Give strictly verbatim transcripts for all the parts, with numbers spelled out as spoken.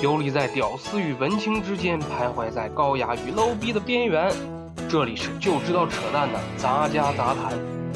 游离在屌丝与文青之间，徘徊在高雅与 low 逼的边缘。这里是就知道扯淡的杂家杂谈。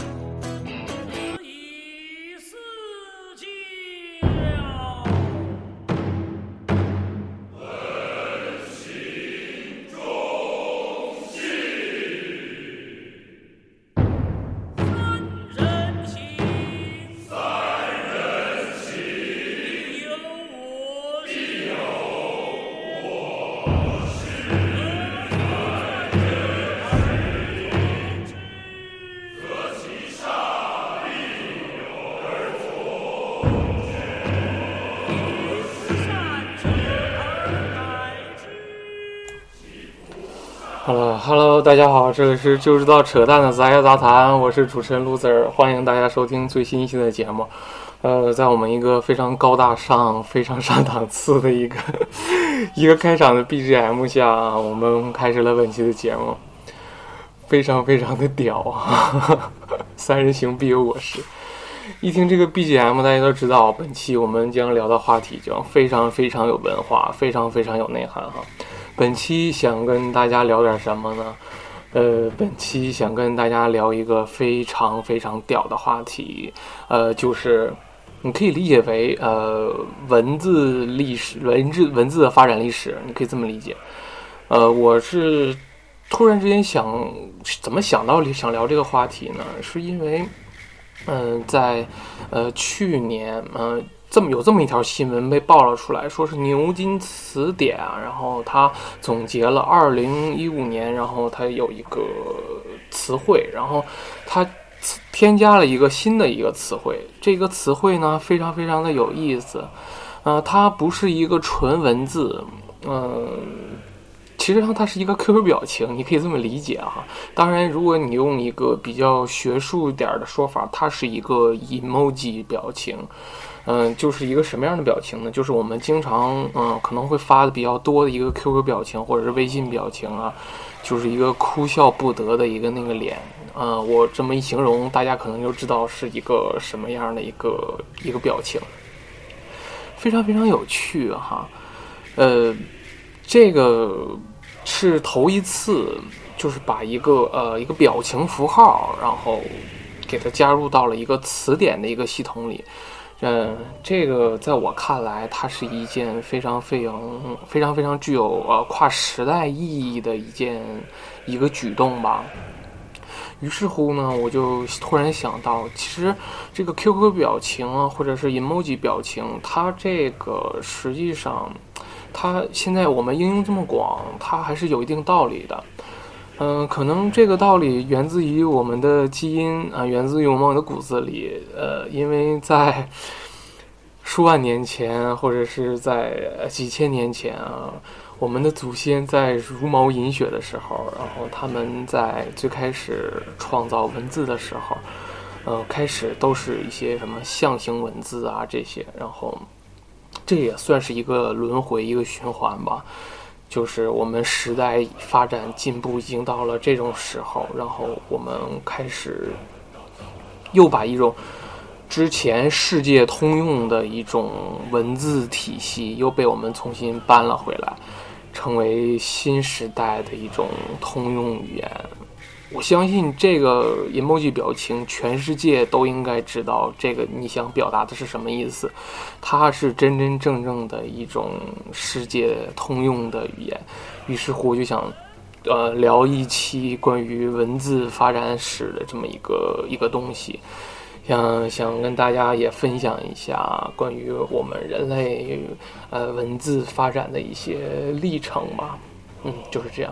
Hello Hello， 大家好，这里是就知道扯淡的杂家杂谈，我是主持人 Loser， 欢迎大家收听最新一期的节目。呃，在我们一个非常高大上、非常上档次的一个一个开场的 B G M 下，我们开始了本期的节目，非常非常的屌啊！三人行必有我师。一听这个 B G M， 大家都知道，本期我们将聊的话题将非常非常有文化，非常非常有内涵哈。本期想跟大家聊点什么呢？呃，本期想跟大家聊一个非常非常屌的话题，呃，就是你可以理解为呃文字历史、文字文字的发展历史，你可以这么理解。呃，我是突然之间想，怎么想到想聊这个话题呢？是因为，嗯、呃，在呃去年，呃。这么有这么一条新闻被爆了出来，说是牛津词典啊，然后它总结了二零一五年，然后它有一个词汇，然后它添加了一个新的一个词汇，这个词汇呢非常非常的有意思，呃，它不是一个纯文字，嗯、呃。其实上它是一个 Q Q 表情，你可以这么理解哈。当然，如果你用一个比较学术一点的说法，它是一个 emoji 表情。嗯、呃，就是一个什么样的表情呢？就是我们经常嗯、呃、可能会发的比较多的一个 Q Q 表情或者是微信表情啊，就是一个哭笑不得的一个那个脸。呃，我这么一形容，大家可能就知道是一个什么样的一个一个表情，非常非常有趣哈。呃。这个是头一次，就是把一个呃一个表情符号，然后给它加入到了一个词典的一个系统里。嗯，这个在我看来，它是一件非常非常非常非常具有呃跨时代意义的一件一个举动吧。于是乎呢，我就突然想到，其实这个 Q Q 表情啊，或者是 emoji 表情，它这个实际上。它现在我们应用这么广，它还是有一定道理的。嗯、呃，可能这个道理源自于我们的基因啊、呃，源自于我们的骨子里。呃，因为在数万年前，或者是在几千年前啊，我们的祖先在茹毛饮血的时候，然后他们在最开始创造文字的时候，呃，开始都是一些什么象形文字啊这些，然后。这也算是一个轮回，一个循环吧。就是我们时代发展进步已经到了这种时候，然后我们开始又把一种之前世界通用的一种文字体系又被我们重新搬了回来，成为新时代的一种通用语言。我相信这个 emoji 表情全世界都应该知道这个你想表达的是什么意思，它是真真正正的一种世界通用的语言。于是乎我就想呃聊一期关于文字发展史的这么一个一个东西，想想跟大家也分享一下关于我们人类呃文字发展的一些历程吧。嗯，就是这样。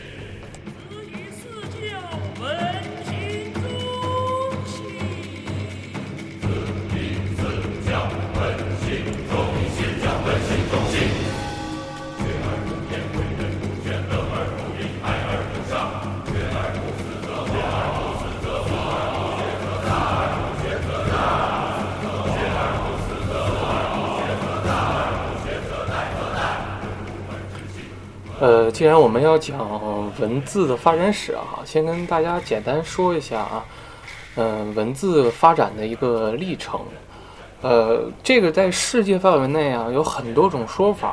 呃，既然我们要讲文字的发展史啊，先跟大家简单说一下啊，嗯、呃，文字发展的一个历程。呃，这个在世界范围内啊有很多种说法啊、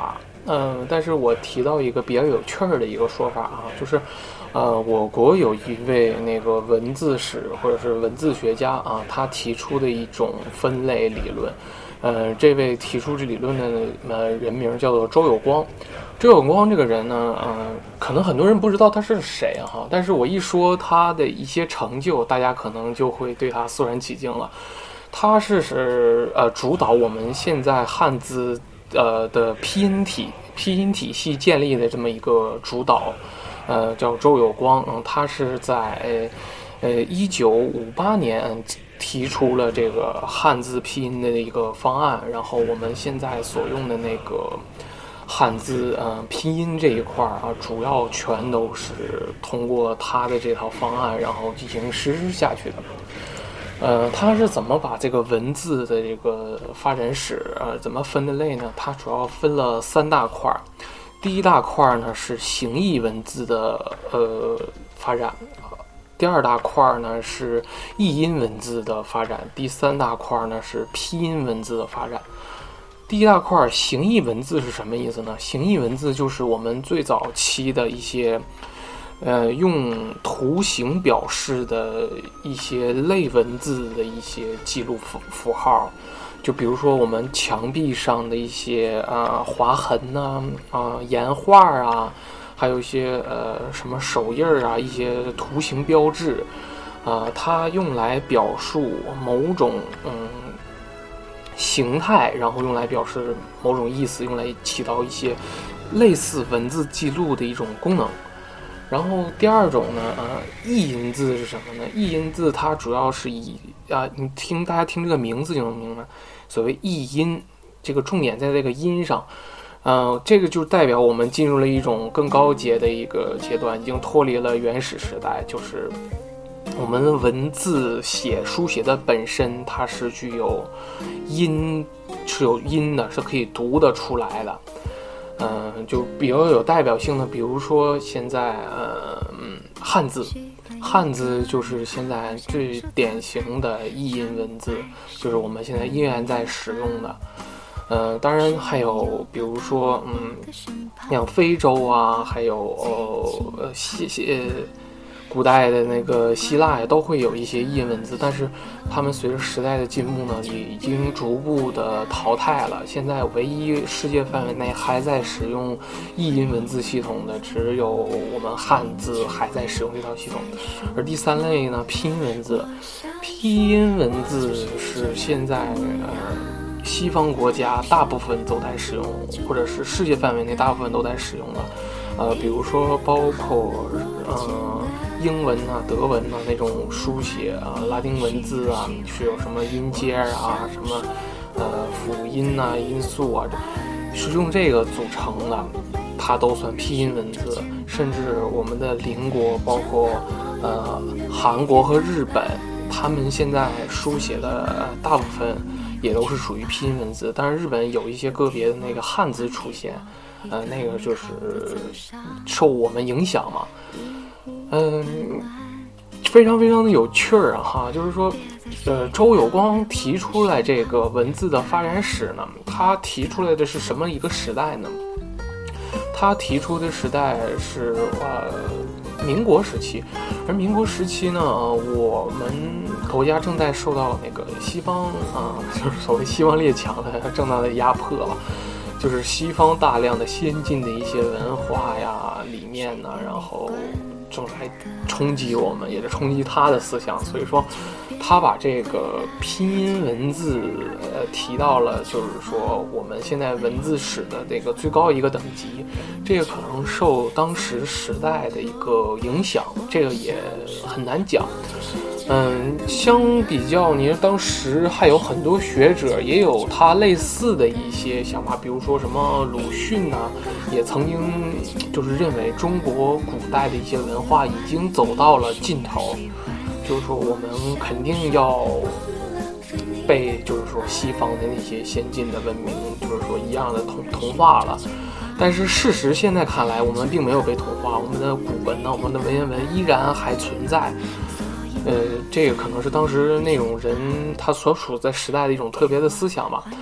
嗯，但是我提到一个比较有趣儿的一个说法啊，就是，呃，我国有一位那个文字史或者是文字学家啊，他提出的一种分类理论，呃，这位提出这理论的呃人名叫做周有光。周有光这个人呢，呃，可能很多人不知道他是谁哈，但是我一说他的一些成就，大家可能就会对他肃然起敬了。他是是呃主导我们现在汉字呃的拼音体拼音体系建立的这么一个主导，呃叫周有光。嗯，他是在呃一九五八年提出了这个汉字拼音的一个方案，然后我们现在所用的那个汉字呃拼音这一块啊，主要全都是通过他的这套方案，然后进行实施下去的。呃，他是怎么把这个文字的这个发展史呃怎么分的类呢？它主要分了三大块。第一大块呢是形意文字的呃发展，第二大块呢是译音文字的发展，第三大块呢是拼音文字的发展。第一大块形意文字是什么意思呢？形意文字就是我们最早期的一些呃，用图形表示的一些类文字的一些记录符符号，就比如说我们墙壁上的一些啊、呃、划痕呐、啊、呃、岩画啊，还有一些呃什么手印啊，一些图形标志啊、呃，它用来表述某种嗯形态，然后用来表示某种意思，用来起到一些类似文字记录的一种功能。然后第二种呢，呃，译音字是什么呢？译音字它主要是以啊、呃，你听大家听这个名字就能明白，所谓译音，这个重点在这个音上，呃，这个就代表我们进入了一种更高阶的一个阶段，已经脱离了原始时代，就是我们文字写书写的本身它是具有音，是有音的，是可以读得出来的。嗯、呃，就比较有代表性的，比如说现在呃，嗯，汉字，汉字就是现在最典型的译音文字，就是我们现在依然在使用的。呃，当然还有比如说，嗯，像非洲啊，还有呃西西。古代的那个希腊呀，都会有一些译音文字，但是他们随着时代的进步呢，也已经逐步的淘汰了。现在唯一世界范围内还在使用译音文字系统的，只有我们汉字还在使用这套系统。而第三类呢，拼音文字，拼音文字是现在呃西方国家大部分都在使用，或者是世界范围内大部分都在使用的。呃，比如说包括呃英文啊、德文啊那种书写啊、拉丁文字啊，是有什么音阶啊、什么呃辅音啊、音素啊，是用这个组成的，它都算拼音文字。甚至我们的邻国，包括呃韩国和日本，他们现在书写的大部分也都是属于拼音文字，但是日本有一些个别的那个汉字出现。呃，那个就是受我们影响嘛，嗯，非常非常的有趣儿啊哈，就是说，呃，周有光提出来这个文字的发展史呢，他提出来的是什么一个时代呢？他提出的时代是呃民国时期，而民国时期呢，呃、我们国家正在受到那个西方啊、呃，就是所谓西方列强的正大的压迫了。就是西方大量的先进的一些文化呀、理念呢，然后正来冲击我们，也是冲击他的思想。所以说，他把这个拼音文字呃提到了，就是说我们现在文字史的这个最高一个等级。这个可能受当时时代的一个影响，这个也很难讲。嗯，相比较，你当时还有很多学者也有他类似的一些想法，比如说什么鲁迅啊，也曾经就是认为中国古代的一些文化已经走到了尽头，就是说我们肯定要被就是说西方的那些先进的文明就是说一样的同同化了。但是事实现在看来，我们并没有被同化，我们的古文呢，我们的文言文依然还存在。呃，这个可能是当时那种人他所处在时代的一种特别的思想吧。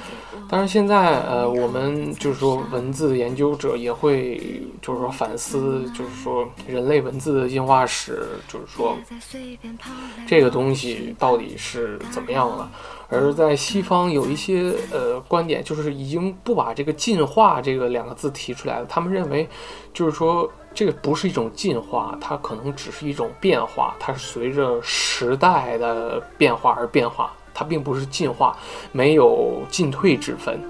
当然现在呃，我们就是说文字研究者也会就是说反思，就是说人类文字的进化史，就是说这个东西到底是怎么样了。而在西方有一些呃观点，就是已经不把这个进化这个两个字提出来了，他们认为就是说这个不是一种进化，它可能只是一种变化，它是随着时代的变化而变化，它并不是进化，没有进退之分。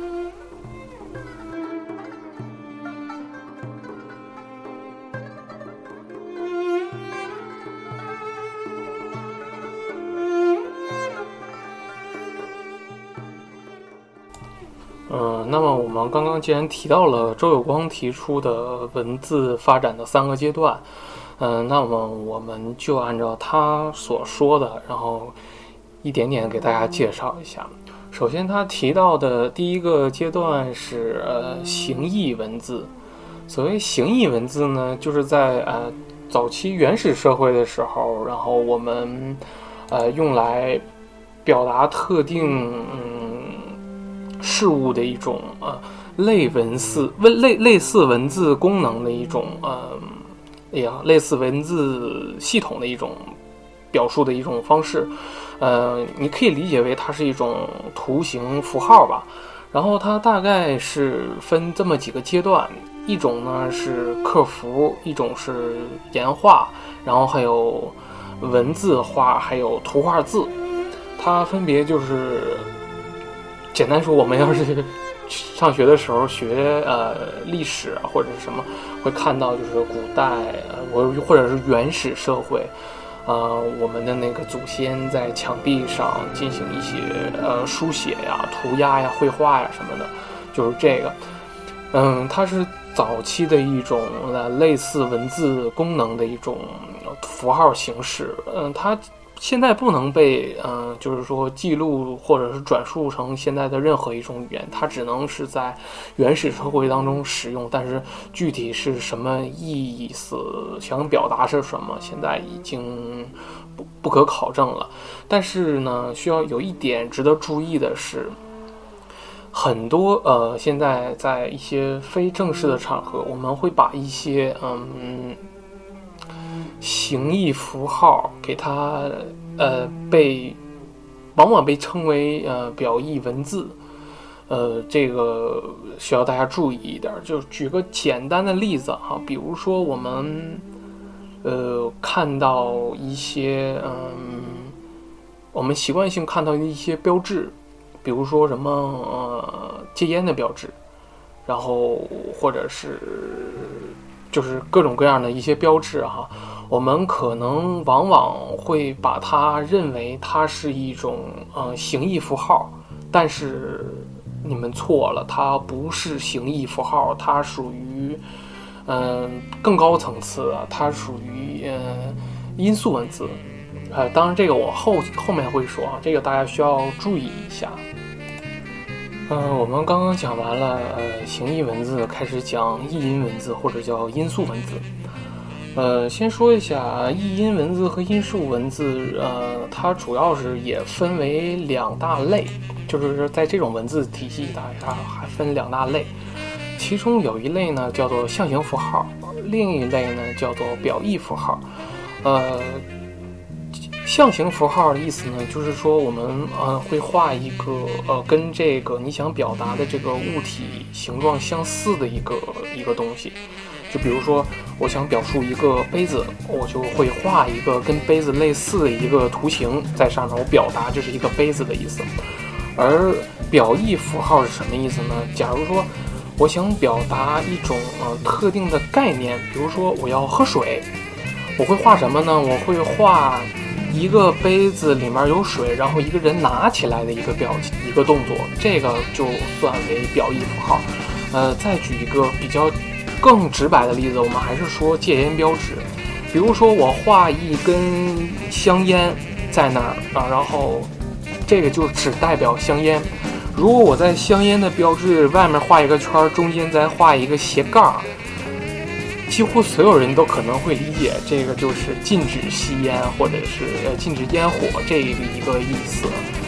嗯，那么我们刚刚既然提到了周有光提出的文字发展的三个阶段，嗯，那么我们就按照他所说的，然后一点点给大家介绍一下。首先他提到的第一个阶段是呃形意文字。所谓形意文字呢，就是在呃早期原始社会的时候，然后我们呃用来表达特定嗯事物的一种呃类文字类类似文字功能的一种呃哎呀类似文字系统的一种表述的一种方式。呃，你可以理解为它是一种图形符号吧。然后它大概是分这么几个阶段，一种呢是刻符，一种是颜画，然后还有文字画，还有图画字。它分别就是简单说，我们要是上学的时候学呃历史啊或者是什么，会看到就是古代呃或者是原始社会。呃，我们的那个祖先在墙壁上进行一些呃书写呀、涂鸦呀、绘画呀什么的，就是这个。嗯，它是早期的一种呃类似文字功能的一种符号形式。嗯，它现在不能被嗯、呃、就是说记录或者是转述成现在的任何一种语言，它只能是在原始社会当中使用，但是具体是什么意思，想表达是什么，现在已经不不可考证了。但是呢，需要有一点值得注意的是，很多呃现在在一些非正式的场合，我们会把一些嗯形意符号给它呃被往往被称为呃表意文字。呃这个需要大家注意一点。就举个简单的例子哈，比如说我们呃看到一些嗯我们习惯性看到的一些标志，比如说什么呃戒烟的标志，然后或者是就是各种各样的一些标志哈，我们可能往往会把它认为它是一种呃形意符号，但是你们错了，它不是形意符号，它属于嗯、呃、更高层次的，它属于呃音素文字。呃，当然这个我后后面会说啊，这个大家需要注意一下。嗯、呃，我们刚刚讲完了呃形意文字，开始讲意音文字或者叫音素文字。呃，先说一下意音文字和音素文字，呃，它主要是也分为两大类，就是在这种文字体系下，它还分两大类。其中有一类呢叫做象形符号，另一类呢叫做表意符号。呃，象形符号的意思呢，就是说我们呃会画一个呃跟这个你想表达的这个物体形状相似的一个一个东西。就比如说我想表述一个杯子，我就会画一个跟杯子类似的一个图形在上面，我表达这是一个杯子的意思。而表意符号是什么意思呢？假如说我想表达一种呃特定的概念，比如说我要喝水，我会画什么呢？我会画一个杯子里面有水，然后一个人拿起来的一个表一个动作，这个就算为表意符号。呃，再举一个比较更直白的例子，我们还是说戒烟标志。比如说我画一根香烟在那儿啊，然后这个就只代表香烟。如果我在香烟的标志外面画一个圈，中间再画一个斜杠，几乎所有人都可能会理解这个就是禁止吸烟或者是禁止烟火这一个意思。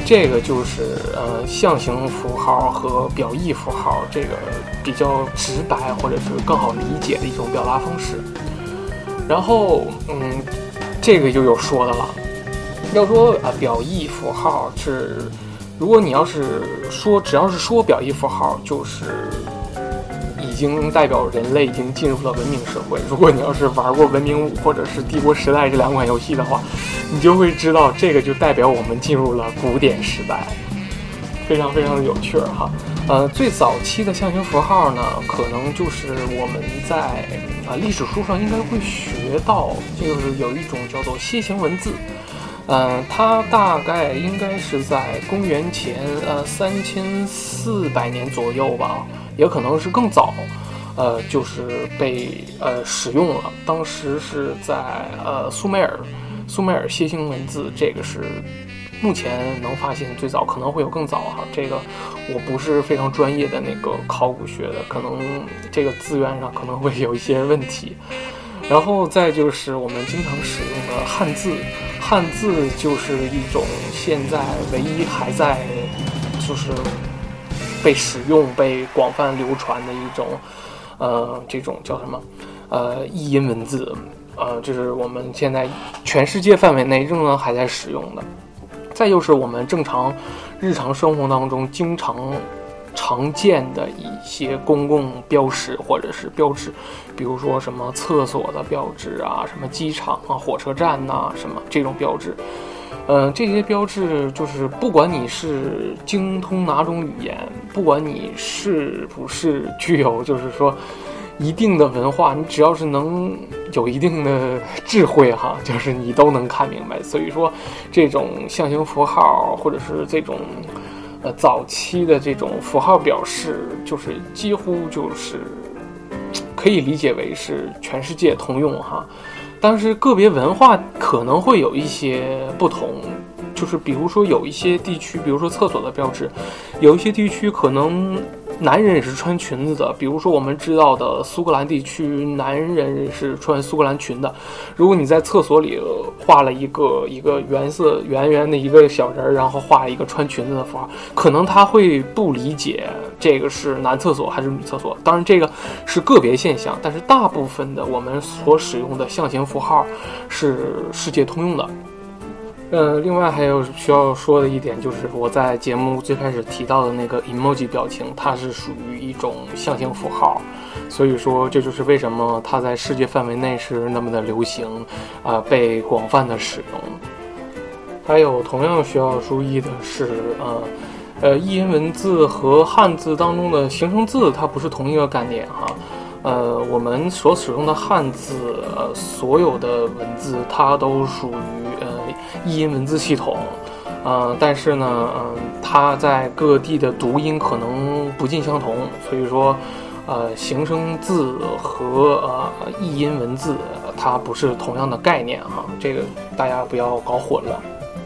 这个就是呃象形符号和表意符号这个比较直白或者是更好理解的一种表达方式。然后嗯，这个就有说的了。要说啊、呃，表意符号是，如果你要是说只要是说表意符号，就是已经代表人类已经进入了文明社会。如果你要是玩过文明五或者是帝国时代这两款游戏的话，你就会知道这个就代表我们进入了古典时代，非常非常的有趣哈。呃，最早期的象形符号呢，可能就是我们在啊、呃、历史书上应该会学到，就是有一种叫做楔形文字。嗯、呃，它大概应该是在公元前呃三千四百年左右吧，也可能是更早，呃，就是被呃使用了。当时是在呃苏美尔，苏美尔楔形文字，这个是目前能发现最早，可能会有更早哈。这个我不是非常专业的那个考古学的，可能这个资源上可能会有一些问题。然后再就是我们经常使用的汉字，汉字就是一种现在唯一还在就是被使用、被广泛流传的一种呃这种叫什么呃译音文字，呃这是我们现在全世界范围内仍然还在使用的。再就是我们正常日常生活当中经常常见的一些公共标识或者是标志，比如说什么厕所的标志啊，什么机场啊、火车站呐、啊，什么这种标志。嗯、呃，这些标志就是不管你是精通哪种语言，不管你是不是具有就是说一定的文化，你只要是能有一定的智慧哈，就是你都能看明白。所以说，这种象形符号或者是这种呃早期的这种符号表示，就是几乎就是可以理解为是全世界通用哈。但是个别文化可能会有一些不同，就是比如说有一些地区，比如说厕所的标志，有一些地区可能男人也是穿裙子的，比如说我们知道的苏格兰地区，男人是穿苏格兰裙的。如果你在厕所里画了一个一个原色圆圆的一个小人，然后画了一个穿裙子的符号，可能他会不理解这个是男厕所还是女厕所。当然这个是个别现象，但是大部分的我们所使用的象形符号是世界通用的。呃，另外还有需要说的一点就是，我在节目最开始提到的那个 emoji 表情，它是属于一种象形符号，所以说这就是为什么它在世界范围内是那么的流行，啊、呃，被广泛的使用。还有同样需要注意的是，呃，呃，译音文字和汉字当中的形声字，它不是同一个概念哈。呃，我们所使用的汉字，呃，所有的文字它都属于呃译音文字系统，呃，但是呢，嗯、呃，它在各地的读音可能不尽相同，所以说，呃，形声字和呃译音文字它不是同样的概念哈，这个大家不要搞混了。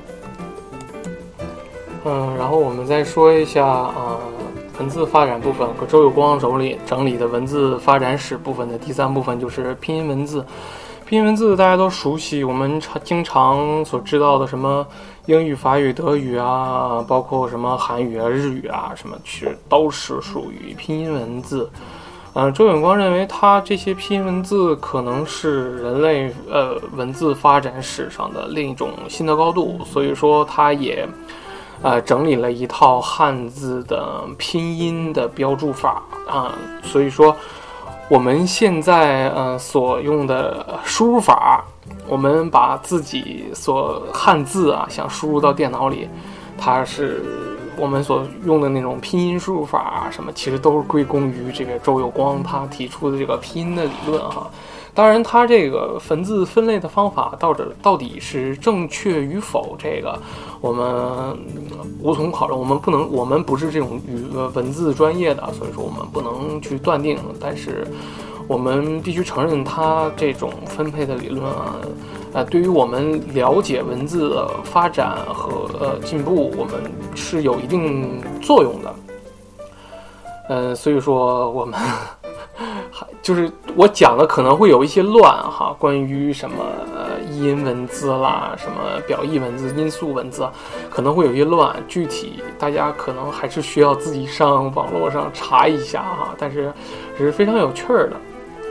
嗯、呃，然后我们再说一下啊。呃文字发展部分和周有光整理整理的文字发展史部分的第三部分就是拼音文字。拼音文字大家都熟悉，我们经常所知道的什么英语、法语、德语啊，包括什么韩语啊、日语啊，什么其实都是属于拼音文字。嗯、呃，周有光认为他这些拼音文字可能是人类呃文字发展史上的另一种新的高度，所以说他也呃，整理了一套汉字的拼音的标注法啊，所以说我们现在呃所用的输入法，我们把自己所汉字啊想输入到电脑里，它是我们所用的那种拼音输入法啊，什么其实都是归功于这个周有光他提出的这个拼音的理论哈。当然，它这个文字分类的方法到底到底是正确与否，这个我们无从考证。我们不能，我们不是这种语文字专业的，所以说我们不能去断定。但是，我们必须承认，它这种分配的理论啊，呃，对于我们了解文字的发展和呃进步，我们是有一定作用的。呃，所以说我们。就是我讲的可能会有一些乱哈，关于什么呃译音文字啦，什么表意文字、音素文字，可能会有些乱，具体大家可能还是需要自己上网络上查一下哈，但是也是非常有趣儿的。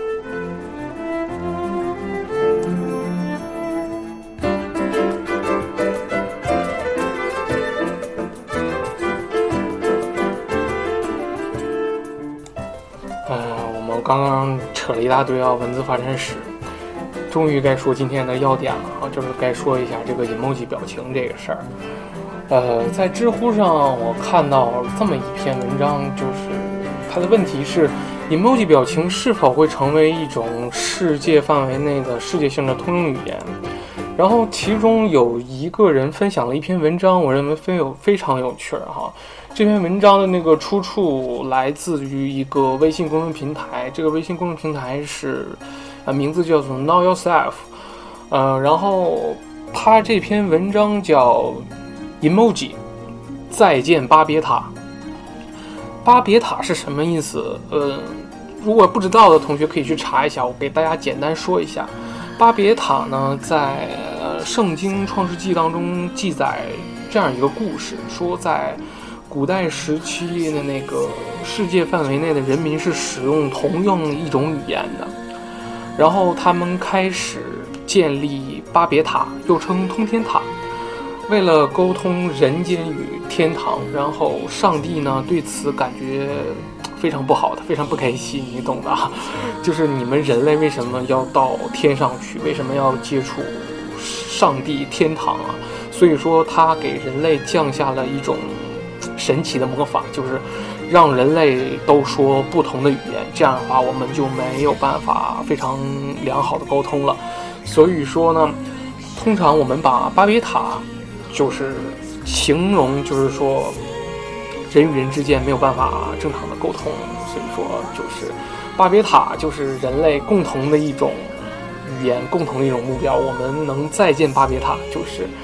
刚刚扯了一大堆啊，文字发展史，终于该说今天的要点了啊，就是该说一下这个 emoji 表情这个事儿。呃，在知乎上我看到这么一篇文章，就是它的问题是 emoji 表情是否会成为一种世界范围内的世界性的通用语言。然后其中有一个人分享了一篇文章，我认为非有非常有趣哈。这篇文章的那个出处来自于一个微信公众平台，这个微信公众平台是，呃，名字叫做 Know Yourself， 呃，然后他这篇文章叫 Emoji 再见巴别塔。巴别塔是什么意思？呃，如果不知道的同学可以去查一下，我给大家简单说一下。巴别塔呢，在呃圣经创世纪当中记载这样一个故事，说在古代时期的那个世界范围内的人民是使用同样一种语言的，然后他们开始建立巴别塔，又称通天塔，为了沟通人间与天堂。然后上帝呢对此感觉非常不好的，非常不开心，你懂的，就是你们人类为什么要到天上去，为什么要接触上帝天堂啊？所以说他给人类降下了一种神奇的魔法，就是让人类都说不同的语言，这样的话我们就没有办法非常良好的沟通了。所以说呢，通常我们把巴别塔就是形容就是说人与人之间没有办法正常的沟通，所以说就是巴别塔就是人类共同的一种语言，共同的一种目标。我们能再见巴别塔，就是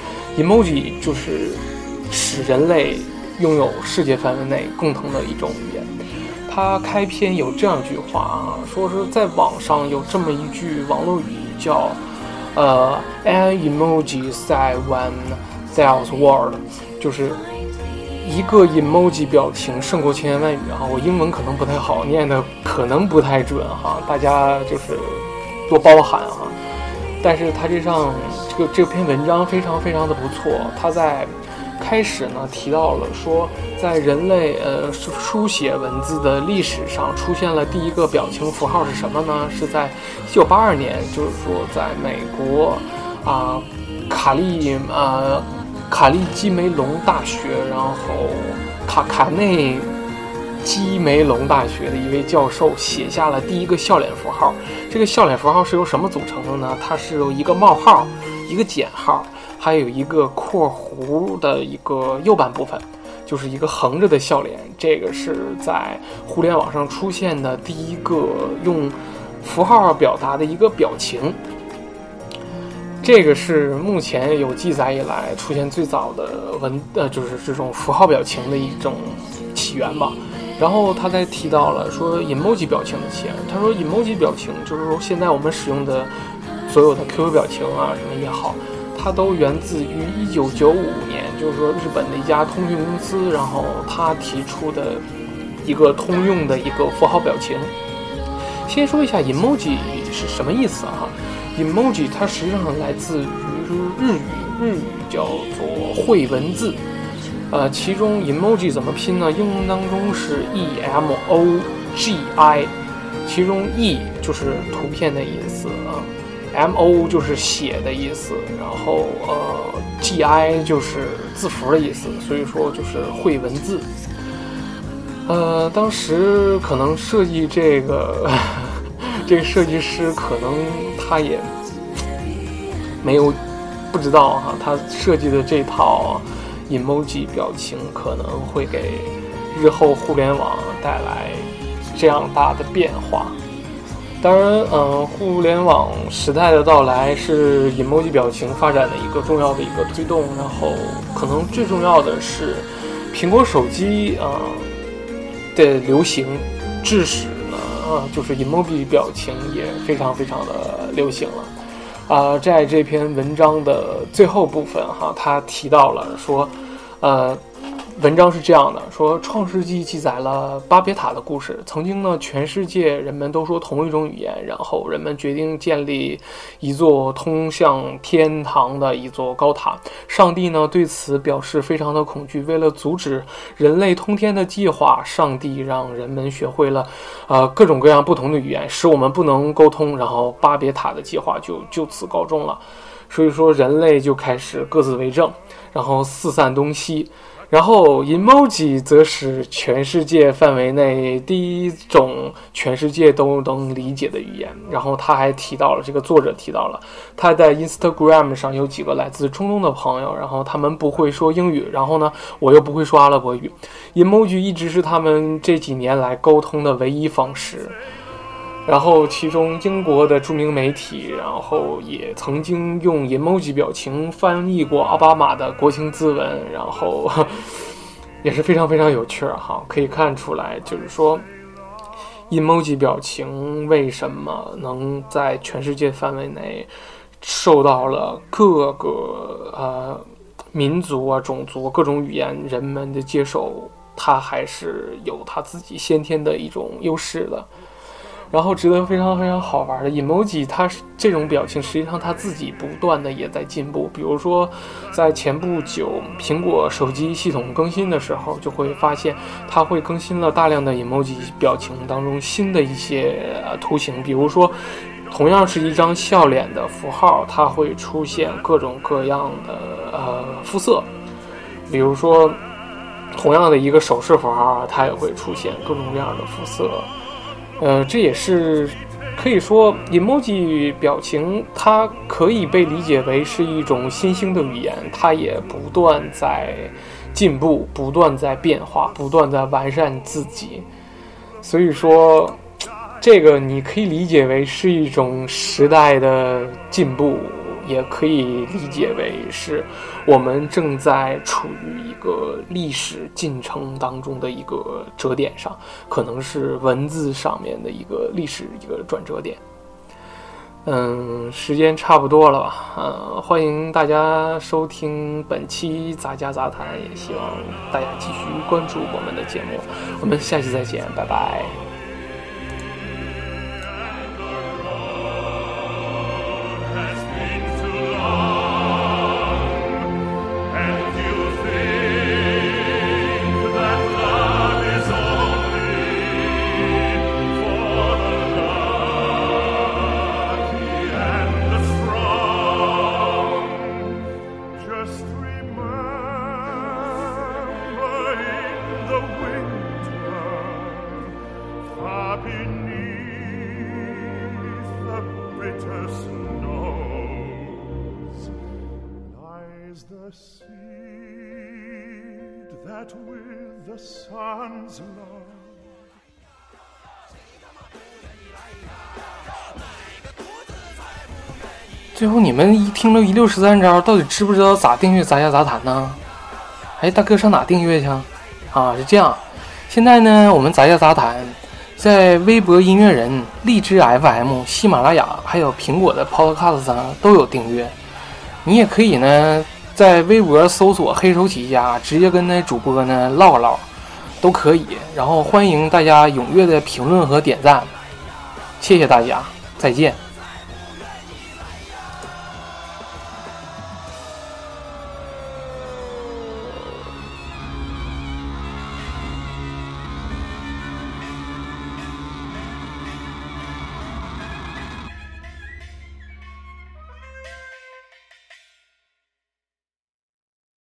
emoji 就是使人类拥有世界范围内共同的一种语言。他开篇有这样一句话啊，说是在网上有这么一句网络语叫呃 an emoji say one thousand word， 就是一个 emoji 表情胜过千言万语啊！我英文可能不太好，念的可能不太准哈，大家就是多包涵哈。但是他这上这个这篇文章非常非常的不错，他在开始呢提到了说，在人类呃书写文字的历史上出现了第一个表情符号是什么呢？是在一九八二年，就是说在美国啊、呃、卡利呃。卡利基梅隆大学，然后卡卡内基梅隆大学的一位教授写下了第一个笑脸符号。这个笑脸符号是由什么组成的呢？它是由一个冒号、一个减号，还有一个括弧的一个右半部分，就是一个横着的笑脸。这个是在互联网上出现的第一个用符号表达的一个表情。这个是目前有记载以来出现最早的文呃，就是这种符号表情的一种起源吧。然后他再提到了说 emoji 表情的起源，他说 emoji 表情就是说现在我们使用的所有的 Q Q 表情啊什么也好，它都源自于一九九五年，就是说日本的一家通讯公司，然后他提出的一个通用的一个符号表情。先说一下 emoji 是什么意思啊？emoji 它实际上来自于日语，日语叫做绘文字，呃，其中 emoji 怎么拼呢？英文当中是 E M O G I， 其中 E 就是图片的意思啊 ，M O 就是写的意思，然后呃 G I 就是字符的意思，所以说就是绘文字。呃，当时可能设计这个。这个设计师可能他也没有不知道哈，他设计的这套 emoji 表情可能会给日后互联网带来这样大的变化。当然，嗯、呃，互联网时代的到来是 emoji 表情发展的一个重要的一个推动。然后，可能最重要的是苹果手机啊、呃、的流行，致使。啊，就是 emoji 表情也非常非常的流行了。 呃，在这篇文章的最后部分哈，他提到了说，呃，文章是这样的，说创世纪记载了巴别塔的故事。曾经呢，全世界人们都说同一种语言，然后人们决定建立一座通向天堂的一座高塔。上帝呢对此表示非常的恐惧，为了阻止人类通天的计划，上帝让人们学会了呃各种各样不同的语言，使我们不能沟通，然后巴别塔的计划就就此告终了。所以说人类就开始各自为政，然后四散东西。然后 emoji 则是全世界范围内第一种全世界都能理解的语言。然后他还提到了，这个作者提到了他在 Instagram 上有几个来自中东的朋友，然后他们不会说英语，然后呢我又不会说阿拉伯语， emoji 一直是他们这几年来沟通的唯一方式。然后其中英国的著名媒体然后也曾经用 emoji 表情翻译过奥巴马的国情咨文，然后也是非常非常有趣哈。可以看出来就是说 emoji 表情为什么能在全世界范围内受到了各个呃民族啊种族各种语言人们的接受，它还是有它自己先天的一种优势的。然后值得非常非常好玩的 emoji， 它这种表情实际上它自己不断的也在进步。比如说在前不久苹果手机系统更新的时候，就会发现它会更新了大量的 emoji 表情当中新的一些、呃、图形。比如说同样是一张笑脸的符号，它会出现各种各样的呃肤色。比如说同样的一个手势符号，它也会出现各种各样的肤色。呃，这也是可以说 emoji 表情它可以被理解为是一种新兴的语言，它也不断在进步，不断在变化，不断在完善自己。所以说这个你可以理解为是一种时代的进步，也可以理解为是我们正在处于一个历史进程当中的一个折点上，可能是文字上面的一个历史一个转折点。嗯，时间差不多了吧？嗯，欢迎大家收听本期杂家杂谈，也希望大家继续关注我们的节目。我们下期再见，拜拜。 The seed that with the sun's love 最后你们一听了一溜十三招，到底知不知道咋订阅杂家杂谈呢？哎，大哥上哪订阅去啊？是这样，现在呢我们杂家杂谈在微博音乐人、荔枝 F M、喜马拉雅还有苹果的 Podcast 上都有订阅。你也可以呢在微博搜索黑手起家，直接跟那主播呢唠唠都可以。然后欢迎大家踊跃的评论和点赞，谢谢大家，再见。